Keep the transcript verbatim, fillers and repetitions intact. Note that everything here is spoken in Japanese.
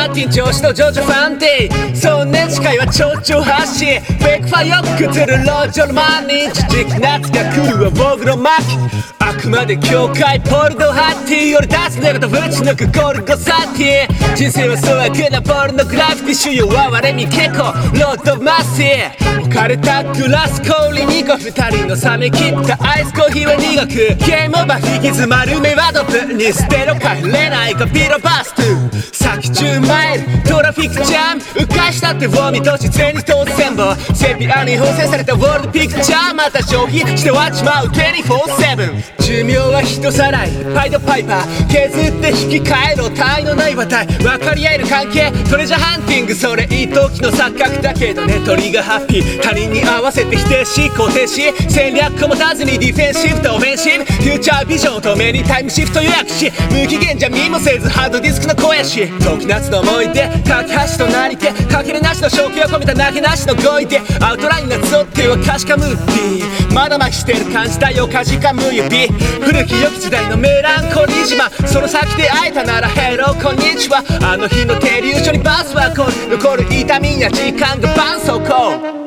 ーティン調子の情緒不安定そんな視界は蝶々発信ベックファイよく映る路上の毎日時期夏が来るは僕の巻あくまで境界ポルノハッティ俺出すのことぶち抜くゴルゴサティ人生は粗悪なポルノグラフィティ主要は割れみ結構ロッドマッシー置かれたグラス氷に個二人の冷め切ったアイスコーヒーは苦くゲームオーバー引き詰まる目はドップに捨てろ帰れないかピロバスト先じゅうマイルトラフィックジャム迂回したってを見通し全に通す全部セピアに縫製されたウォールドピクチャーまた消費してはちまうにじゅうよじかん寿命は人さらいパイドパイパー削って引き換えろ他愛のない話題分かり合える関係トレジャーハンティングそれ一時の錯覚だけどね鳥がハッピー他人に合わせて否定し肯定し戦略こ持たずにディフェンシブとオフェンシブフューチャービジョンを止めにタイムシフト予約し無期限じゃ見もせずハードディスクの声やし時夏の思い出架け橋となりてかけるなしの正気を込めた投げなしの語彙でアウトラインが集っては可視化ムービーまだましてる感じだよかじかむ指古き良き時代のメランコリ島その先で会えたならヘローこんにちはあの日の停留所にバスは来る残る痛みや時間が絆創膏